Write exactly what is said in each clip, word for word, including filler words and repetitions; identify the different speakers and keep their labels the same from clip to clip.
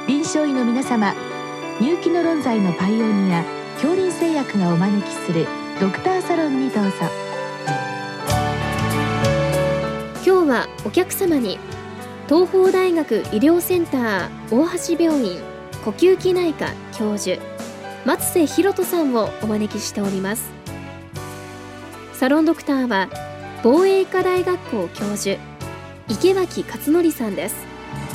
Speaker 1: 臨床医の皆様、入気の論剤のパイオニア恐林製薬がお招きするドクターサロンにどうぞ。
Speaker 2: 今日はお客様に東邦大学医療センター大橋病院呼吸器内科教授松瀬博人さんをお招きしております。サロンドクターは防衛医科大学校教授池脇勝則さんです。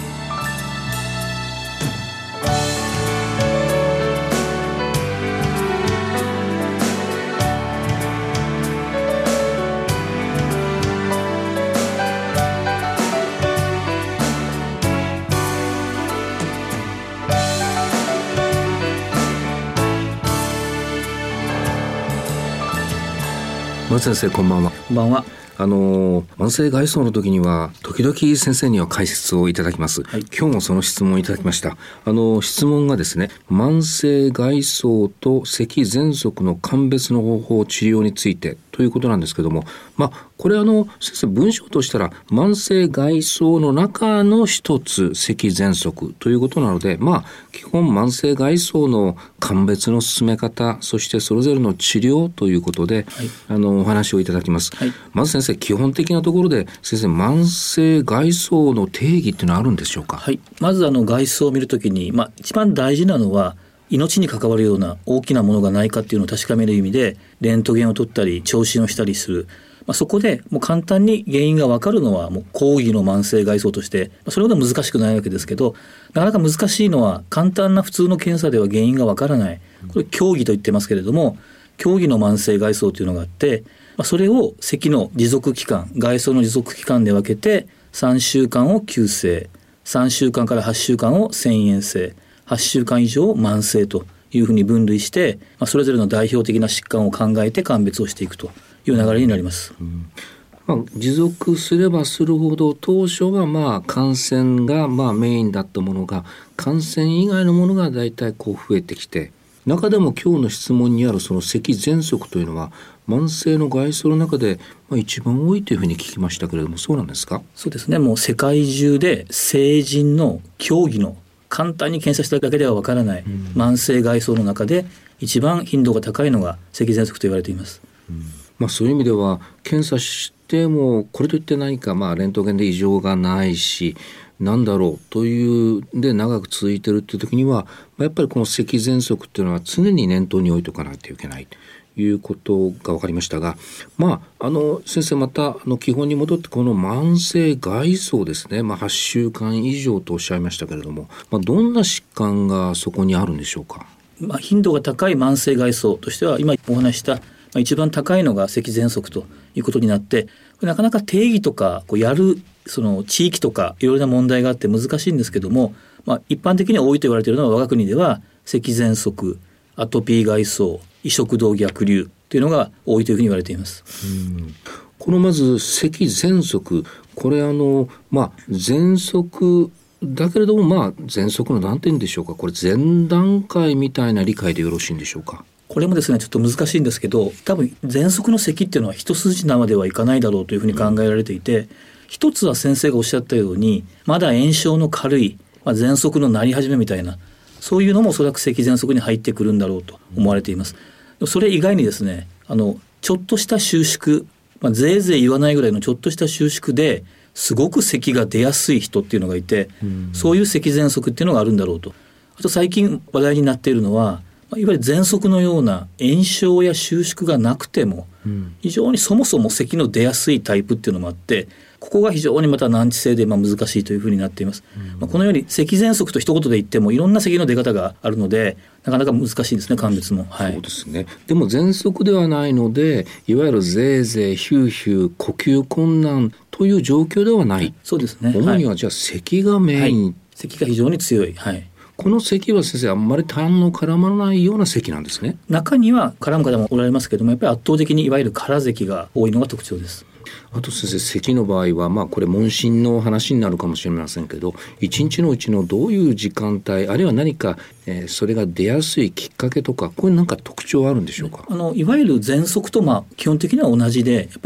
Speaker 3: 松先生、こんばんは。
Speaker 4: こんばんは。
Speaker 3: あの慢性外装の時には時々先生には解説をいただきます、はい、今日もその質問をいただきました。あの質問がですね、慢性外装と咳喘息の鑑別の方法治療についてということなんですけども、まあこれあの先生、文章としたら慢性外装の中の一つ咳喘息ということなので、まあ基本慢性外装の鑑別の進め方、そしてそれぞれの治療ということで、はい、あのお話をいただきます、はい、まず先生、基本的なところで先生、慢性外装の定義っていうのはあるんでしょうか。
Speaker 4: はい、まずあの外装を見るときに、まあ、一番大事なのは命に関わるような大きなものがないかっていうのを確かめる意味でレントゲンを取ったり聴診をしたりする、まあ、そこでもう簡単に原因が分かるのはもう講義の慢性外装として、まあ、それほど難しくないわけですけど、なかなか難しいのは簡単な普通の検査では原因が分からない、これ競技と言ってますけれども、競技の慢性外装というのがあって、まあ、それを咳の持続期間、外装の持続期間で分けてさんしゅうかんを急性、さんしゅうかんからはっしゅうかんを遷延性、はっしゅうかん以上を慢性というふうに分類して、まあ、それぞれの代表的な疾患を考えて鑑別をしていくという流れになります、うん
Speaker 3: まあ、持続すればするほど当初はまあ感染がまあメインだったものが感染以外のものがだいたいこう増えてきて、中でも今日の質問にあるその咳喘息というのは慢性の外装の中でまあ一番多いというふうに聞きましたけれども、そうなんですか。
Speaker 4: そうですね。もう世界中で成人の競技の簡単に検査しただけではわからない、うん、慢性外装の中で一番頻度が高いのが咳喘息と言われています、
Speaker 3: うんまあ、そういう意味では検査してもこれといって何かまあレントゲンで異常がないしなんだろうというで長く続いているという時にはやっぱりこの咳喘息というのは常に念頭に置いておかないといけないということが分かりましたが、まあ、あの先生またあの基本に戻ってこの慢性外装ですね、まあ、はっしゅうかん以上とおっしゃいましたけれども、まあ、どんな疾患がそこにあるんでしょうか。
Speaker 4: まあ、頻度が高い慢性外装としては今お話した一番高いのが咳喘息ということになって、なかなか定義とかこうやるその地域とかいろいろな問題があって難しいんですけども、まあ、一般的に多いと言われているのは我が国では咳喘息、アトピー外装、胃食道逆流というのが多いというふうに言われています。
Speaker 3: うんこのまず咳喘息、これあのまあ喘息だけれどもまあ喘息の何て言うんでしょうか、これ前段階みたいな理解でよろしいんでしょうか。
Speaker 4: これもですねちょっと難しいんですけど、多分喘息の咳っていうのは一筋縄ではいかないだろうというふうに考えられていて、うん、一つは先生がおっしゃったようにまだ炎症の軽い、まあ、喘息のなり始めみたいなそういうのもおそらく咳喘息に入ってくるんだろうと思われています、うん、それ以外にですねあのちょっとした収縮、まあ、ぜいぜい言わないぐらいのちょっとした収縮ですごく咳が出やすい人っていうのがいて、うん、そういう咳喘息っていうのがあるんだろうと。あと最近話題になっているのはいわゆる喘息のような炎症や収縮がなくても、うん、非常にそもそも咳の出やすいタイプっていうのもあって、ここが非常にまた難治性でまあ難しいというふうになっています、うんまあ、このように咳喘息と一言で言ってもいろんな咳の出方があるのでなかなか難しいですね、鑑別も、はい、
Speaker 3: そうですね。でも喘息ではないのでいわゆるぜいぜいヒューヒュー呼吸困難という状況ではない。
Speaker 4: そうですね。
Speaker 3: 主にはじゃあ咳がメイン、はい、
Speaker 4: 咳が非常に強い、はい、
Speaker 3: この咳は先生あんまり痰の絡まらないような咳なんですね。
Speaker 4: 中には絡む方もおられますけどもやっぱり圧倒的にいわゆる空咳が多いのが特徴です。
Speaker 3: あと先生咳の場合はまあこれ問診の話になるかもしれませんけど一日のうちのどういう時間帯あるいは何か、えー、それが出やすいきっかけとかこういうなんか特徴あるんでしょうか。
Speaker 4: あのいわゆる喘息とまあ基本的には同じでやっぱり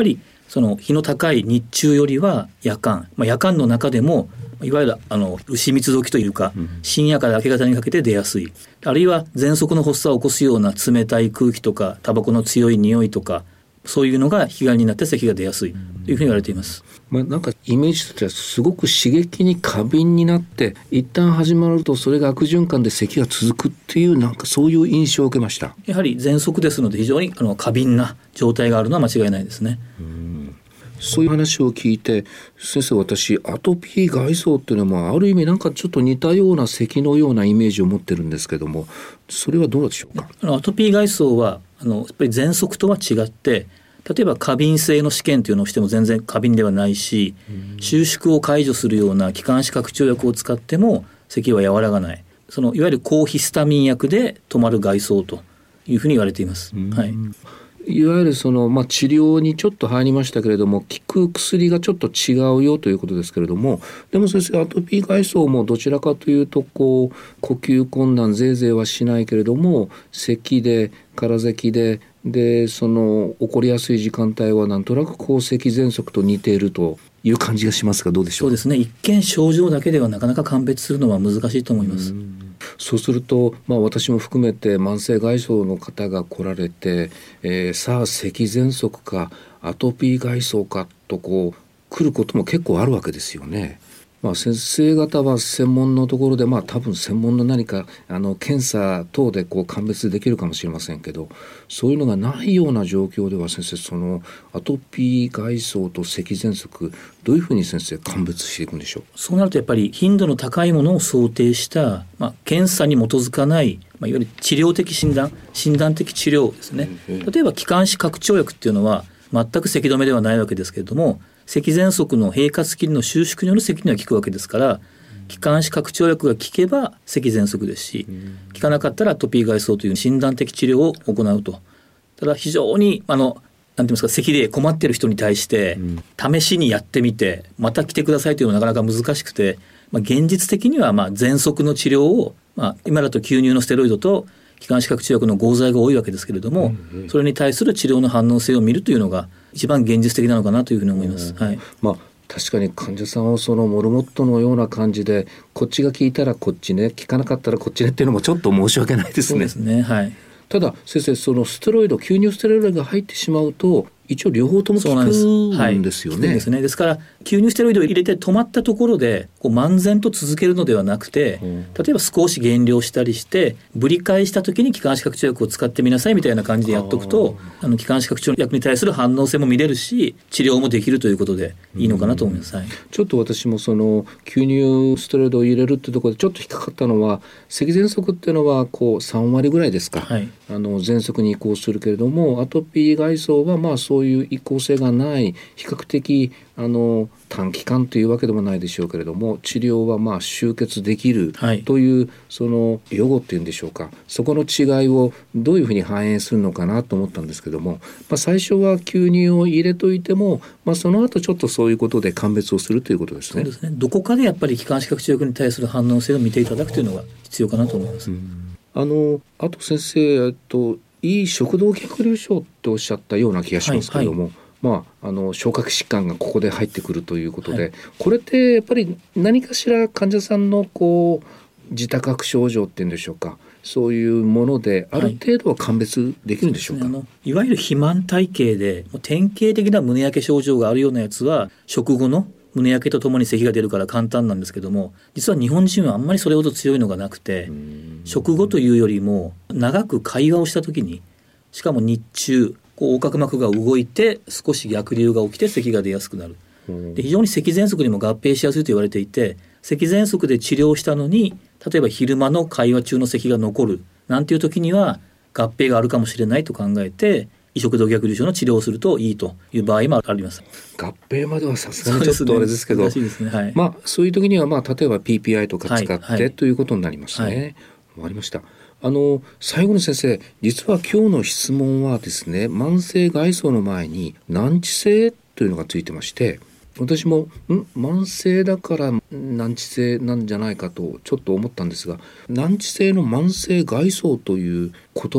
Speaker 4: その日の高い日中よりは夜間、まあ、夜間の中でもいわゆるあの牛蜜時というか、うん、深夜から明け方にかけて出やすい、あるいは喘息の発作を起こすような冷たい空気とかタバコの強い匂いとか、そういうのが引き金になって咳が出やすいというふうに言われています。
Speaker 3: まあ、なんかイメージとしてはすごく刺激に過敏になって一旦始まるとそれが悪循環で咳が続くっていう、なんかそういう印象を受けました。
Speaker 4: やはり喘息ですので非常にあの過敏な状態があるのは間違いないですね。
Speaker 3: うん、そういう話を聞いて、先生、私アトピー外傷っていうのはある意味なんかちょっと似たような咳のようなイメージを持ってるんですけども、それはどうでしょうか。
Speaker 4: あのアトピー外傷はあのやっぱり喘息とは違って、例えば過敏性の試験というのをしても全然過敏ではないし、収縮を解除するような気管支拡張薬を使っても咳は和らがない、そのいわゆる抗ヒスタミン薬で止まる外傷というふうに言われています。はい、
Speaker 3: いわゆるその、まあ、治療にちょっと入りましたけれども、効く薬がちょっと違うよということですけれども、でも先生、アトピー外傷もどちらかというとこう呼吸困難ぜいぜいはしないけれども、咳で空咳ででその起こりやすい時間帯はなんとなくこう咳喘息と似ているという感じがしますが、どうでしょう。
Speaker 4: そうですね、一見症状だけではなかなか鑑別するのは難しいと思います。
Speaker 3: うん、そうすると、まあ、私も含めて慢性外傷の方が来られて、えー、さあ咳喘息かアトピー外傷かとこう来ることも結構あるわけですよね。まあ、先生方は専門のところで、まあ、多分専門の何かあの検査等でこう鑑別できるかもしれませんけど、そういうのがないような状況では先生、そのアトピー外傷と咳喘息、どういうふうに先生鑑別していくんでしょう。
Speaker 4: そうなるとやっぱり頻度の高いものを想定した、まあ、検査に基づかない、まあ、いわゆる治療的診断診断的治療ですね。例えば気管支拡張薬っていうのは全く咳止めではないわけですけれども、咳喘息の平滑筋の収縮による咳には効くわけですから、気管支拡張薬が効けば咳喘息ですし、効かなかったらアトピー外傷という診断的治療を行うと。ただ非常にあのなんて言いますか、咳で困っている人に対して試しにやってみてまた来てくださいというのはなかなか難しくて、まあ、現実的にはまあ喘息の治療を、まあ、今だと吸入のステロイドと気管支拡張薬の合剤が多いわけですけれども、うんうん、それに対する治療の反応性を見るというのが一番現実的なのかなというふうに思います。はい、
Speaker 3: まあ、確かに患者さんをそのモルモットのような感じで、こっちが効いたらこっちね、効かなかったらこっちねっていうのもちょっと申し訳ないですね。
Speaker 4: そうですね、はい。
Speaker 3: ただ先生、そのステロイド吸入ステロイドが入ってしまうと一応両方とも効くんですよね。はい、です
Speaker 4: ね。ですから吸入ステロイドを入れて止まったところでこう漫然と続けるのではなくて、うん、例えば少し減量したりしてぶり返した時に気管支拡張薬を使ってみなさいみたいな感じでやっとくと、ああの気管支拡張薬に対する反応性も見れるし治療もできるということでいいのかなと思います。はい、
Speaker 3: ちょっと私もその吸入ステロイドを入れるっていうところでちょっと引っかかったのは、咳喘息っていうのはこうさんわりぐらいですか、はい、あの喘息に移行するけれども、アトピー外傷はまあそういう移行性がない、比較的あの短期間というわけでもないでしょうけれども、治療はまあ終結できるという、はい、その予後っていうんでしょうか、そこの違いをどういうふうに反映するのかなと思ったんですけども、まあ、最初は吸入を入れといても、まあ、その後ちょっとそういうことで鑑別をするということですね。
Speaker 4: そうですね。どこかでやっぱり気管支拡張薬に対する反応性を見ていただくというのが必要かなと思います。うん、
Speaker 3: あのあと先生、えっといい食道逆流症っておっしゃったような気がしますけれども、はいはい、まあ、あの消化器疾患がここで入ってくるということで、はい、これってやっぱり何かしら患者さんのこう自多覚症状っていうんでしょうか、そういうものである程度は鑑別できるんでしょうか。
Speaker 4: はい、そうですね、あのいわゆる肥満体型で典型的な胸焼け症状があるようなやつは食後の胸焼けとともに咳が出るから簡単なんですけども、実は日本人はあんまりそれほど強いのがなくて、食後というよりも長く会話をした時に、しかも日中こう横隔膜が動いて少し逆流が起きて咳が出やすくなる。で非常に咳喘息にも合併しやすいと言われていて、咳喘息で治療したのに例えば昼間の会話中の咳が残るなんていう時には合併があるかもしれないと考えて、胃食道逆流症の治療をするといいという場合もあります。
Speaker 3: 合併まではさすがにちょっとあれですけど、
Speaker 4: 難しいですね。はい、
Speaker 3: まあ、そういう時には、まあ、例えば ピーピーアイ とか使って、はいはい、ということになりますね。はい、わかりました。あの最後に先生、実は今日の質問はですね、慢性外傷の前に難治性というのがついてまして、私もん慢性だから難治性なんじゃないかとちょっと思ったんですが、難治性の慢性外傷という言葉って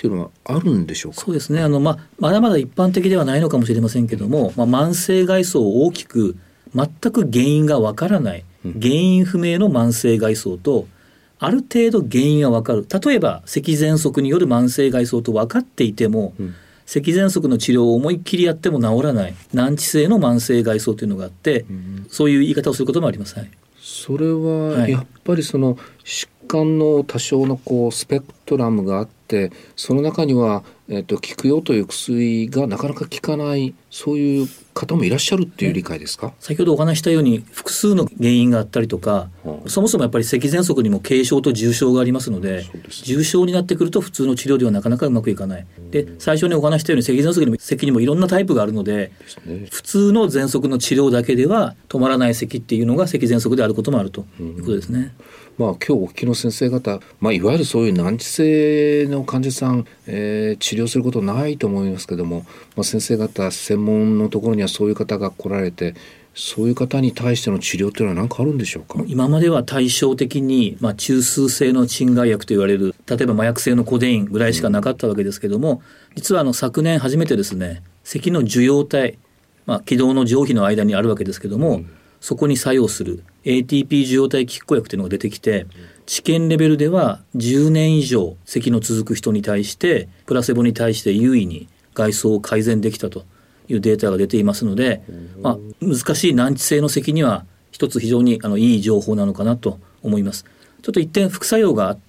Speaker 3: っていうのはあるんでしょうか。
Speaker 4: そうですね。あの、まあ、まだまだ一般的ではないのかもしれませんけども、まあ、慢性外装を大きく全く原因がわからない、原因不明の慢性外装と、ある程度原因がわかる、例えば咳喘息による慢性外装と分かっていても、うん、咳喘息の治療を思いっきりやっても治らない難治性の慢性外装というのがあって、うん、そういう言い方をすることもあります、はい、
Speaker 3: それはやっぱりその疾患の多少のこうスペクトラムがあって、その中には、えーと、効くよという薬がなかなか効かない、そういう方もいらっしゃるっていう理解ですか。
Speaker 4: 先ほどお話したように複数の原因があったりとか、はあ、そもそもやっぱり咳喘息にも軽症と重症がありますので、重症になってくると普通の治療ではなかなかうまくいかない。で、最初にお話したように咳喘息にも咳にもいろんなタイプがあるので、ね、普通の喘息の治療だけでは止まらない咳っていうのが咳喘息であることもあるということですね。
Speaker 3: まあ、今日お聞きの先生方、まあ、いわゆるそういう難治性の患者さん、えー、治療することないと思いますけども、まあ、先生方専門のところにはそういう方が来られて、そういう方に対しての治療というのは何かあるんでしょうか。
Speaker 4: 今までは対照的に、まあ、中枢性の鎮害薬と言われる、例えば麻薬性のコデインぐらいしかなかったわけですけども、うん、実はあの昨年初めてですね、咳の受容体、まあ、気道の上皮の間にあるわけですけども、うん、そこに作用する エーティーピー 受容体拮抗薬というのが出てきて、治験レベルではじゅうねん以上咳の続く人に対してプラセボに対して優位に外装を改善できたというデータが出ていますので、まあ、難しい難治性の咳には一つ非常にあのいい情報なのかなと思います。ちょっと一点副作用があって、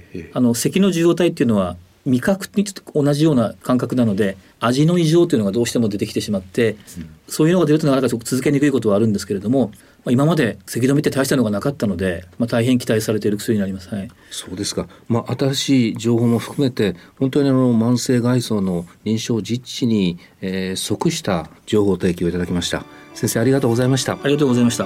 Speaker 4: ええ、あの咳の受容体っていうのは味覚にちょっと同じような感覚なので、味の異常というのがどうしても出てきてしまって、うん、そういうのが出るとなかなか続けにくいことはあるんですけれども、まあ、今まで咳止めって大したのがなかったので、まあ、大変期待されている薬になります、はい、
Speaker 3: そうですか。まあ、新しい情報も含めて本当にあの慢性外装の臨床実地に、えー、即した情報提供をいただきました。先生、ありがとうございました。
Speaker 4: ありがとうございました。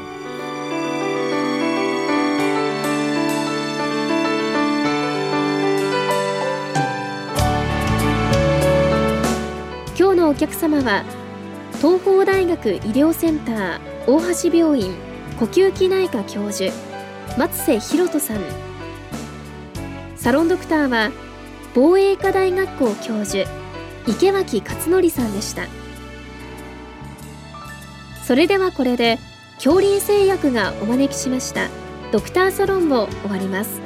Speaker 2: 今日のお客様は東邦大学医療センター大橋病院呼吸器内科教授松瀬博人さん、サロンドクターは防衛医科大学校教授池脇勝則さんでした。それではこれで恐林製薬がお招きしましたドクターサロンを終わります。